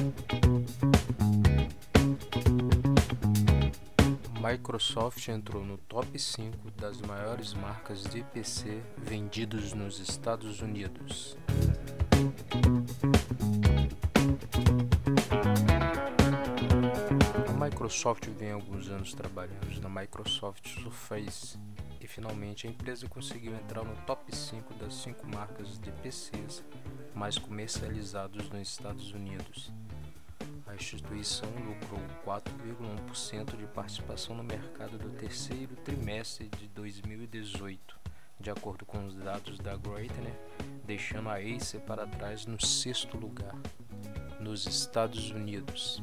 Microsoft entrou no top 5 das maiores marcas de PC vendidos nos Estados Unidos. A Microsoft vem há alguns anos trabalhando na Microsoft Surface e finalmente a empresa conseguiu entrar no top 5 das 5 marcas de PCs mais comercializados nos Estados Unidos. A instituição lucrou 4,1% de participação no mercado do terceiro trimestre de 2018, de acordo com os dados da Gartner, deixando a Acer para trás no 6º lugar, nos Estados Unidos.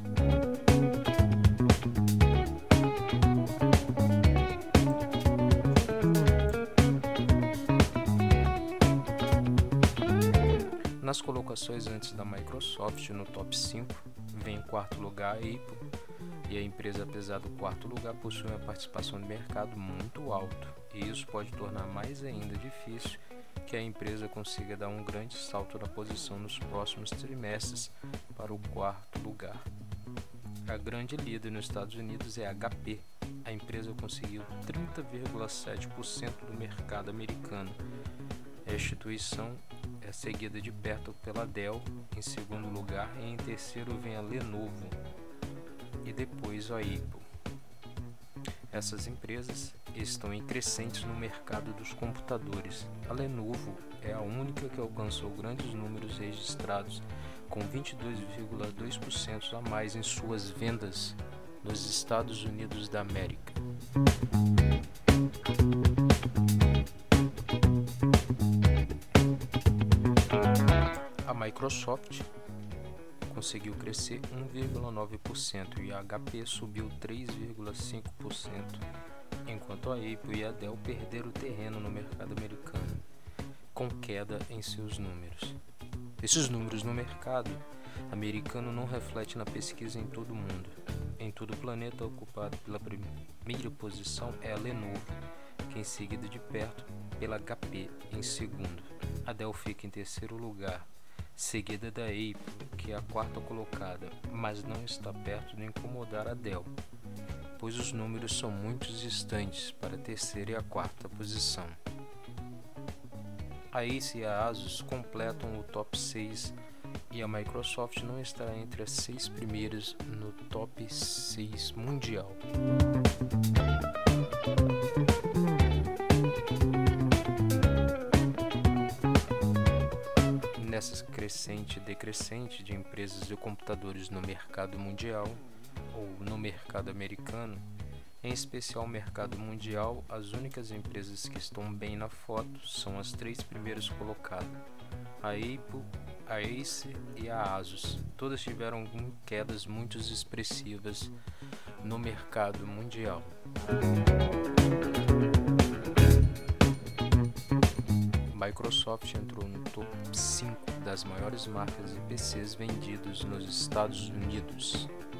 Nas colocações antes da Microsoft no top 5, vem em 4º lugar a Apple, e a empresa, apesar do 4º lugar, possui uma participação de mercado muito alta, e isso pode tornar mais ainda difícil que a empresa consiga dar um grande salto na posição nos próximos trimestres para o 4º lugar. A grande líder nos Estados Unidos é a HP. A empresa conseguiu 30,7% do mercado americano. A instituição é seguida de perto pela Dell em 2º lugar e em 3º vem a Lenovo e depois a Apple. Essas empresas estão em crescentes no mercado dos computadores. A Lenovo é a única que alcançou grandes números registrados, com 22,2% a mais em suas vendas nos Estados Unidos da América. A Microsoft conseguiu crescer 1,9% e a HP subiu 3,5%, enquanto a Apple e a Dell perderam terreno no mercado americano, com queda em seus números. Esses números no mercado americano não refletem na pesquisa em todo o mundo. Em todo o planeta, ocupado pela primeira posição é a Lenovo, que é seguida de perto pela HP em 2º. A Dell fica em 3º lugar, seguida da Apple, que é a 4ª colocada, mas não está perto de incomodar a Dell, pois os números são muito distantes para a 3ª e a 4ª posição. A Acer e a Asus completam o top 6 e a Microsoft não estará entre as 6 primeiras no top 6 mundial. Nessa crescente e decrescente de empresas de computadores no mercado mundial ou no mercado americano, em especial o mercado mundial, as únicas empresas que estão bem na foto são as 3 primeiras colocadas, a Apple, a Acer e a Asus. Todas tiveram quedas muito expressivas no mercado mundial. Microsoft entrou no top 5 das maiores marcas de PCs vendidos nos Estados Unidos.